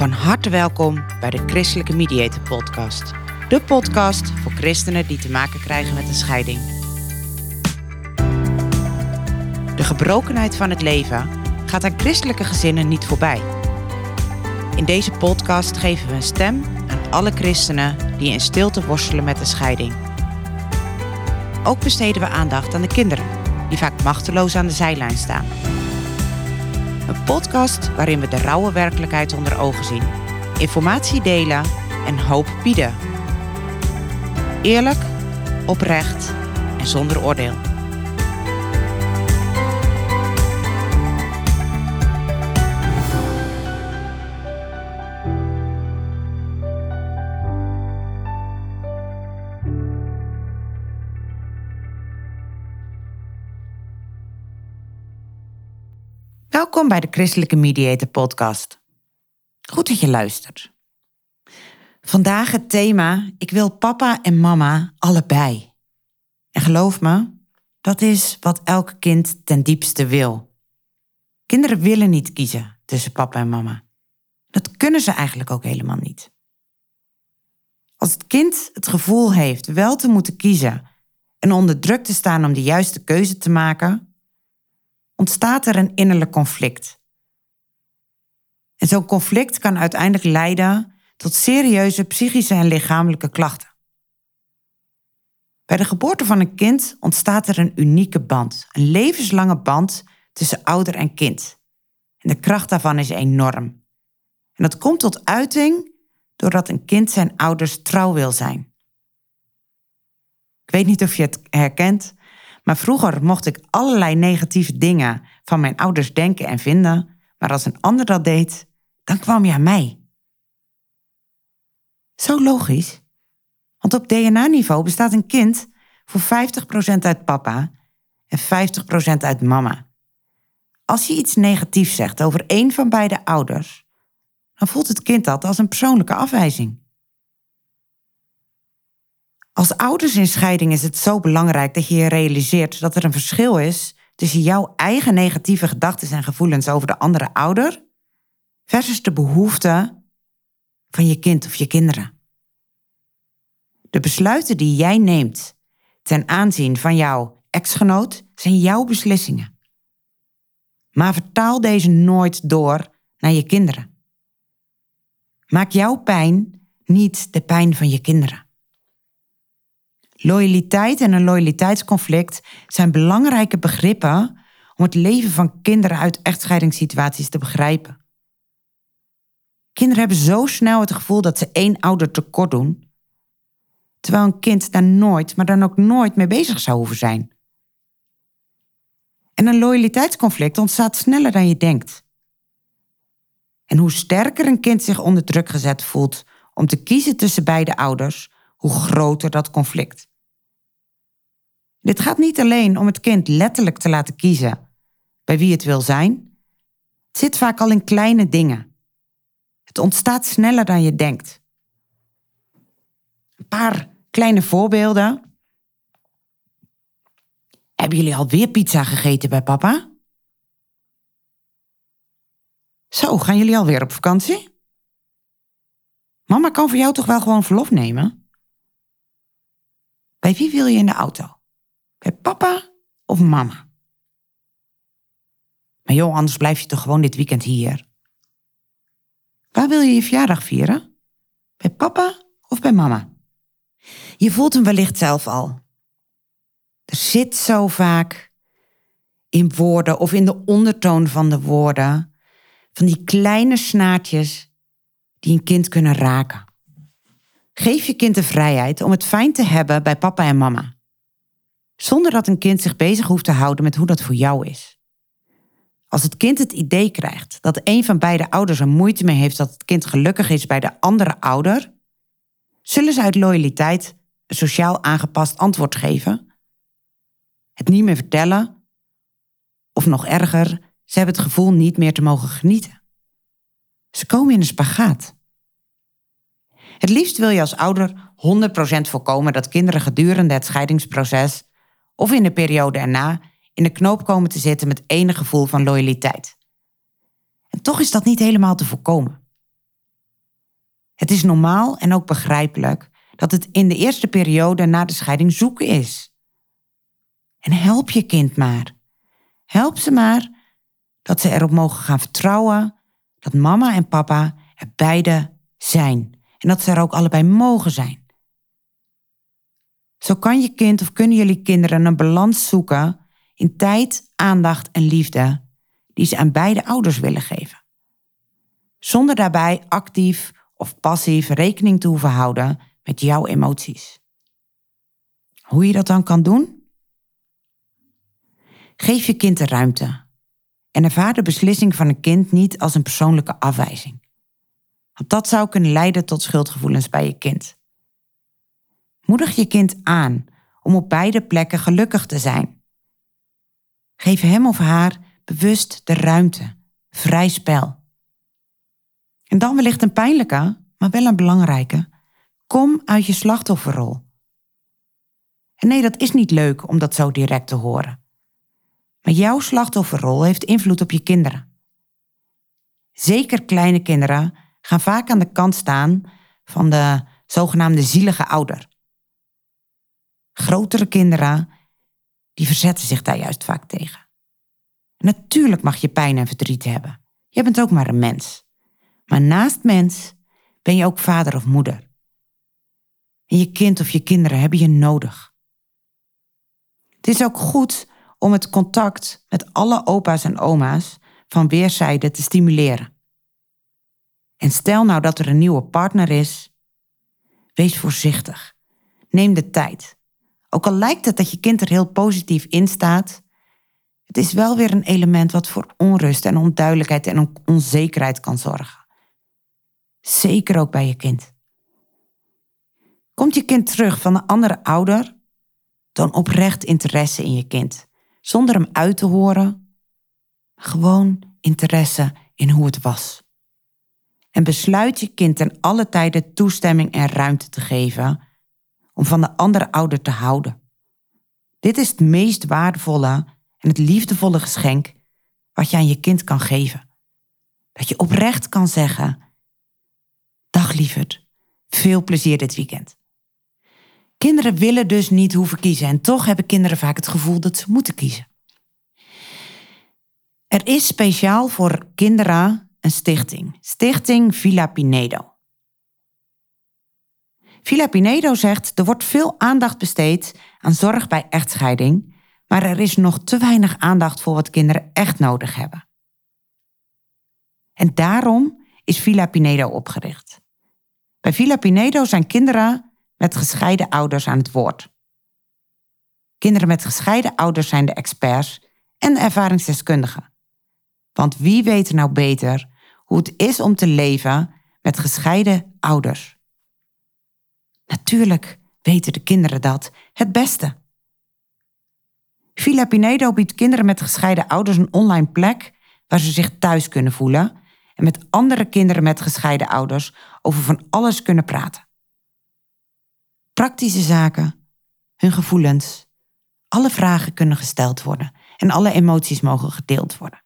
Van harte welkom bij de Christelijke Mediator Podcast. De podcast voor christenen die te maken krijgen met een scheiding. De gebrokenheid van het leven gaat aan christelijke gezinnen niet voorbij. In deze podcast geven we een stem aan alle christenen die in stilte worstelen met een scheiding. Ook besteden we aandacht aan de kinderen, die vaak machteloos aan de zijlijn staan. Een podcast waarin we de rauwe werkelijkheid onder ogen zien, informatie delen en hoop bieden. Eerlijk, oprecht en zonder oordeel. Welkom bij de Christelijke Mediator Podcast. Goed dat je luistert. Vandaag het thema: ik wil papa en mama allebei. En geloof me, dat is wat elk kind ten diepste wil. Kinderen willen niet kiezen tussen papa en mama. Dat kunnen ze eigenlijk ook helemaal niet. Als het kind het gevoel heeft wel te moeten kiezen en onder druk te staan om de juiste keuze te maken, ontstaat er een innerlijk conflict. En zo'n conflict kan uiteindelijk leiden tot serieuze psychische en lichamelijke klachten. Bij de geboorte van een kind ontstaat er een unieke band, een levenslange band tussen ouder en kind. En de kracht daarvan is enorm. En dat komt tot uiting doordat een kind zijn ouders trouw wil zijn. Ik weet niet of je het herkent, maar vroeger mocht ik allerlei negatieve dingen van mijn ouders denken en vinden, maar als een ander dat deed, dan kwam je aan mij. Zo logisch, want op DNA-niveau bestaat een kind voor 50% uit papa en 50% uit mama. Als je iets negatiefs zegt over één van beide ouders, dan voelt het kind dat als een persoonlijke afwijzing. Als ouders in scheiding is het zo belangrijk dat je je realiseert dat er een verschil is tussen jouw eigen negatieve gedachten en gevoelens over de andere ouder versus de behoeften van je kind of je kinderen. De besluiten die jij neemt ten aanzien van jouw ex-genoot zijn jouw beslissingen. Maar vertaal deze nooit door naar je kinderen. Maak jouw pijn niet de pijn van je kinderen. Loyaliteit en een loyaliteitsconflict zijn belangrijke begrippen om het leven van kinderen uit echtscheidingssituaties te begrijpen. Kinderen hebben zo snel het gevoel dat ze één ouder tekort doen, terwijl een kind daar nooit, maar dan ook nooit mee bezig zou hoeven zijn. En een loyaliteitsconflict ontstaat sneller dan je denkt. En hoe sterker een kind zich onder druk gezet voelt om te kiezen tussen beide ouders, hoe groter dat conflict. Dit gaat niet alleen om het kind letterlijk te laten kiezen bij wie het wil zijn. Het zit vaak al in kleine dingen. Het ontstaat sneller dan je denkt. Een paar kleine voorbeelden. Hebben jullie alweer pizza gegeten bij papa? Zo, gaan jullie alweer op vakantie? Mama kan voor jou toch wel gewoon verlof nemen? Bij wie wil je in de auto? Bij papa of mama? Maar joh, anders blijf je toch gewoon dit weekend hier. Waar wil je je verjaardag vieren? Bij papa of bij mama? Je voelt hem wellicht zelf al. Er zit zo vaak in woorden of in de ondertoon van de woorden van die kleine snaartjes die een kind kunnen raken. Geef je kind de vrijheid om het fijn te hebben bij papa en mama. Zonder dat een kind zich bezig hoeft te houden met hoe dat voor jou is. Als het kind het idee krijgt dat een van beide ouders er moeite mee heeft dat het kind gelukkig is bij de andere ouder, zullen ze uit loyaliteit een sociaal aangepast antwoord geven, het niet meer vertellen, of nog erger, ze hebben het gevoel niet meer te mogen genieten. Ze komen in een spagaat. Het liefst wil je als ouder 100% voorkomen dat kinderen gedurende het scheidingsproces of in de periode erna in de knoop komen te zitten met enig gevoel van loyaliteit. En toch is dat niet helemaal te voorkomen. Het is normaal en ook begrijpelijk dat het in de eerste periode na de scheiding zoeken is. En help je kind maar. Help ze maar dat ze erop mogen gaan vertrouwen dat mama en papa er beide zijn. En dat ze er ook allebei mogen zijn. Zo kan je kind of kunnen jullie kinderen een balans zoeken in tijd, aandacht en liefde die ze aan beide ouders willen geven. Zonder daarbij actief of passief rekening te hoeven houden met jouw emoties. Hoe je dat dan kan doen? Geef je kind de ruimte en ervaar de beslissing van een kind niet als een persoonlijke afwijzing. Want dat zou kunnen leiden tot schuldgevoelens bij je kind. Moedig je kind aan om op beide plekken gelukkig te zijn. Geef hem of haar bewust de ruimte, vrij spel. En dan wellicht een pijnlijke, maar wel een belangrijke. Kom uit je slachtofferrol. En nee, dat is niet leuk om dat zo direct te horen. Maar jouw slachtofferrol heeft invloed op je kinderen. Zeker kleine kinderen gaan vaak aan de kant staan van de zogenaamde zielige ouder. Grotere kinderen, die verzetten zich daar juist vaak tegen. Natuurlijk mag je pijn en verdriet hebben. Je bent ook maar een mens. Maar naast mens ben je ook vader of moeder. En je kind of je kinderen hebben je nodig. Het is ook goed om het contact met alle opa's en oma's van weerszijden te stimuleren. En stel nou dat er een nieuwe partner is, wees voorzichtig. Neem de tijd. Ook al lijkt het dat je kind er heel positief in staat, het is wel weer een element wat voor onrust en onduidelijkheid en onzekerheid kan zorgen. Zeker ook bij je kind. Komt je kind terug van een andere ouder, toon oprecht interesse in je kind. Zonder hem uit te horen, gewoon interesse in hoe het was. En besluit je kind ten alle tijde toestemming en ruimte te geven om van de andere ouder te houden. Dit is het meest waardevolle en het liefdevolle geschenk wat je aan je kind kan geven. Dat je oprecht kan zeggen: dag lieverd, veel plezier dit weekend. Kinderen willen dus niet hoeven kiezen en toch hebben kinderen vaak het gevoel dat ze moeten kiezen. Er is speciaal voor kinderen een stichting. Stichting Villa Pinedo. Villa Pinedo zegt: er wordt veel aandacht besteed aan zorg bij echtscheiding, maar er is nog te weinig aandacht voor wat kinderen echt nodig hebben. En daarom is Villa Pinedo opgericht. Bij Villa Pinedo zijn kinderen met gescheiden ouders aan het woord. Kinderen met gescheiden ouders zijn de experts en de ervaringsdeskundigen. Want wie weet nou beter hoe het is om te leven met gescheiden ouders? Natuurlijk weten de kinderen dat het beste. Villa Pinedo biedt kinderen met gescheiden ouders een online plek waar ze zich thuis kunnen voelen en met andere kinderen met gescheiden ouders over van alles kunnen praten. Praktische zaken, hun gevoelens, alle vragen kunnen gesteld worden en alle emoties mogen gedeeld worden.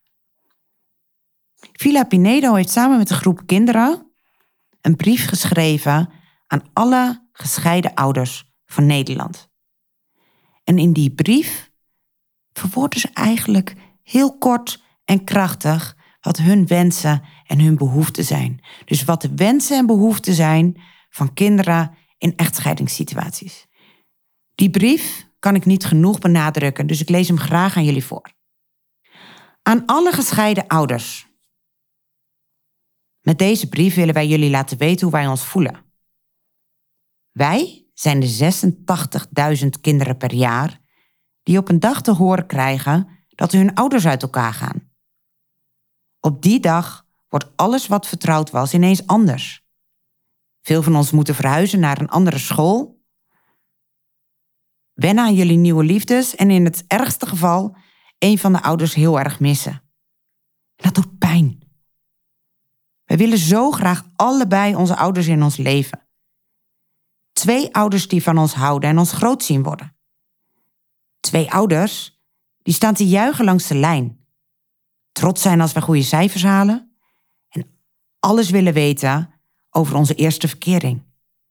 Villa Pinedo heeft samen met een groep kinderen een brief geschreven aan alle gescheiden ouders van Nederland. En in die brief verwoorden ze eigenlijk heel kort en krachtig wat hun wensen en hun behoeften zijn. Dus wat de wensen en behoeften zijn van kinderen in echtscheidingssituaties. Die brief kan ik niet genoeg benadrukken, dus ik lees hem graag aan jullie voor. Aan alle gescheiden ouders. Met deze brief willen wij jullie laten weten hoe wij ons voelen. Wij zijn de 86.000 kinderen per jaar die op een dag te horen krijgen dat hun ouders uit elkaar gaan. Op die dag wordt alles wat vertrouwd was ineens anders. Veel van ons moeten verhuizen naar een andere school, wennen aan jullie nieuwe liefdes en in het ergste geval een van de ouders heel erg missen. En dat doet pijn. Wij willen zo graag allebei onze ouders in ons leven. 2 ouders die van ons houden en ons groot zien worden. 2 ouders die staan te juichen langs de lijn. Trots zijn als we goede cijfers halen. En alles willen weten over onze eerste verkering.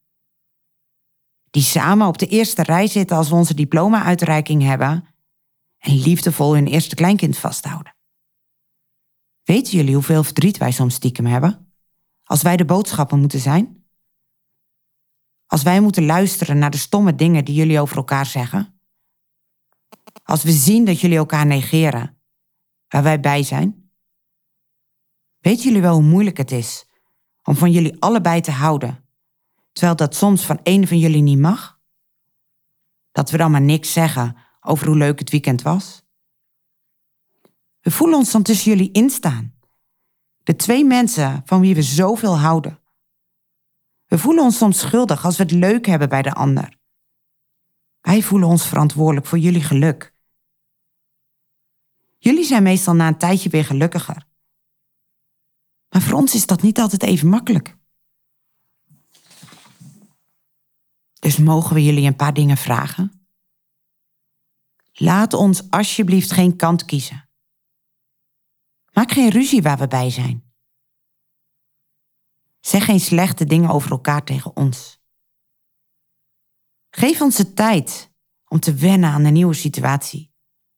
Die samen op de eerste rij zitten als we onze diploma-uitreiking hebben en liefdevol hun eerste kleinkind vasthouden. Weten jullie hoeveel verdriet wij soms stiekem hebben? Als wij de boodschappen moeten zijn? Als wij moeten luisteren naar de stomme dingen die jullie over elkaar zeggen? Als we zien dat jullie elkaar negeren, waar wij bij zijn? Weten jullie wel hoe moeilijk het is om van jullie allebei te houden, terwijl dat soms van één van jullie niet mag? Dat we dan maar niks zeggen over hoe leuk het weekend was? We voelen ons dan tussen jullie instaan. De twee mensen van wie we zoveel houden. We voelen ons soms schuldig als we het leuk hebben bij de ander. Wij voelen ons verantwoordelijk voor jullie geluk. Jullie zijn meestal na een tijdje weer gelukkiger. Maar voor ons is dat niet altijd even makkelijk. Dus mogen we jullie een paar dingen vragen? Laat ons alsjeblieft geen kant kiezen. Maak geen ruzie waar we bij zijn. Zeg geen slechte dingen over elkaar tegen ons. Geef ons de tijd om te wennen aan de nieuwe situatie.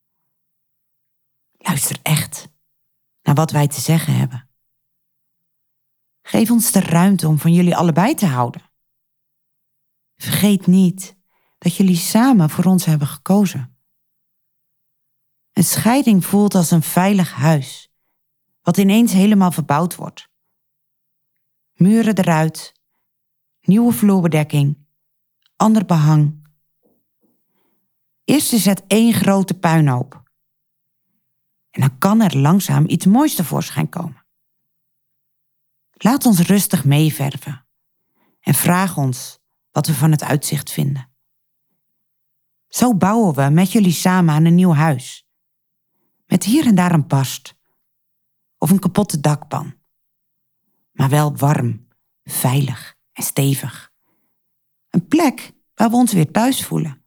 Luister echt naar wat wij te zeggen hebben. Geef ons de ruimte om van jullie allebei te houden. Vergeet niet dat jullie samen voor ons hebben gekozen. Een scheiding voelt als een veilig huis, wat ineens helemaal verbouwd wordt. Muren eruit, nieuwe vloerbedekking, ander behang. Eerst is het één grote puinhoop. En dan kan er langzaam iets moois tevoorschijn komen. Laat ons rustig meeverven en vraag ons wat we van het uitzicht vinden. Zo bouwen we met jullie samen aan een nieuw huis. Met hier en daar een barst of een kapotte dakpan. Maar wel warm, veilig en stevig. Een plek waar we ons weer thuis voelen.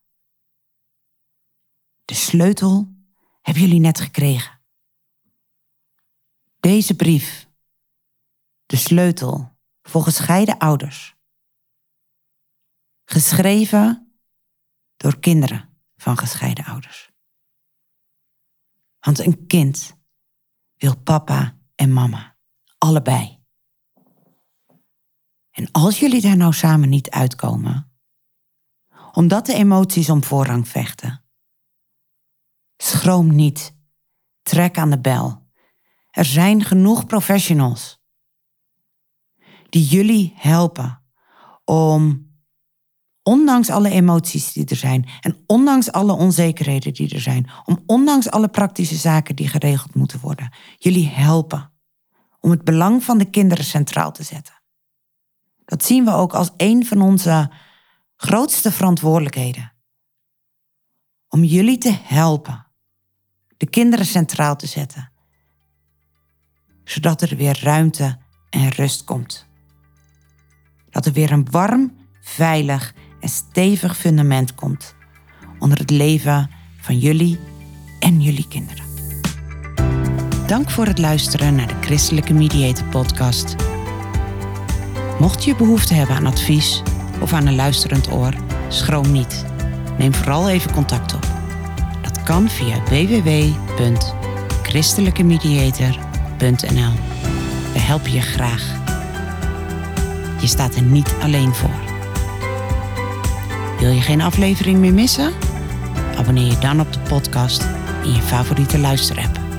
De sleutel hebben jullie net gekregen. Deze brief. De sleutel voor gescheiden ouders. Geschreven door kinderen van gescheiden ouders. Want een kind wil papa en mama, allebei. En als jullie daar nou samen niet uitkomen, omdat de emoties om voorrang vechten, schroom niet, trek aan de bel. Er zijn genoeg professionals die jullie helpen om, ondanks alle emoties die er zijn en ondanks alle onzekerheden die er zijn, om ondanks alle praktische zaken die geregeld moeten worden, jullie helpen om het belang van de kinderen centraal te zetten. Dat zien we ook als een van onze grootste verantwoordelijkheden. Om jullie te helpen de kinderen centraal te zetten, zodat er weer ruimte en rust komt. Dat er weer een warm, veilig en stevig fundament komt onder het leven van jullie en jullie kinderen. Dank voor het luisteren naar de Christelijke Mediator podcast. Mocht je behoefte hebben aan advies of aan een luisterend oor, schroom niet. Neem vooral even contact op. Dat kan via www.christelijkemediator.nl. We helpen je graag. Je staat er niet alleen voor. Wil je geen aflevering meer missen? Abonneer je dan op de podcast in je favoriete luisterapp.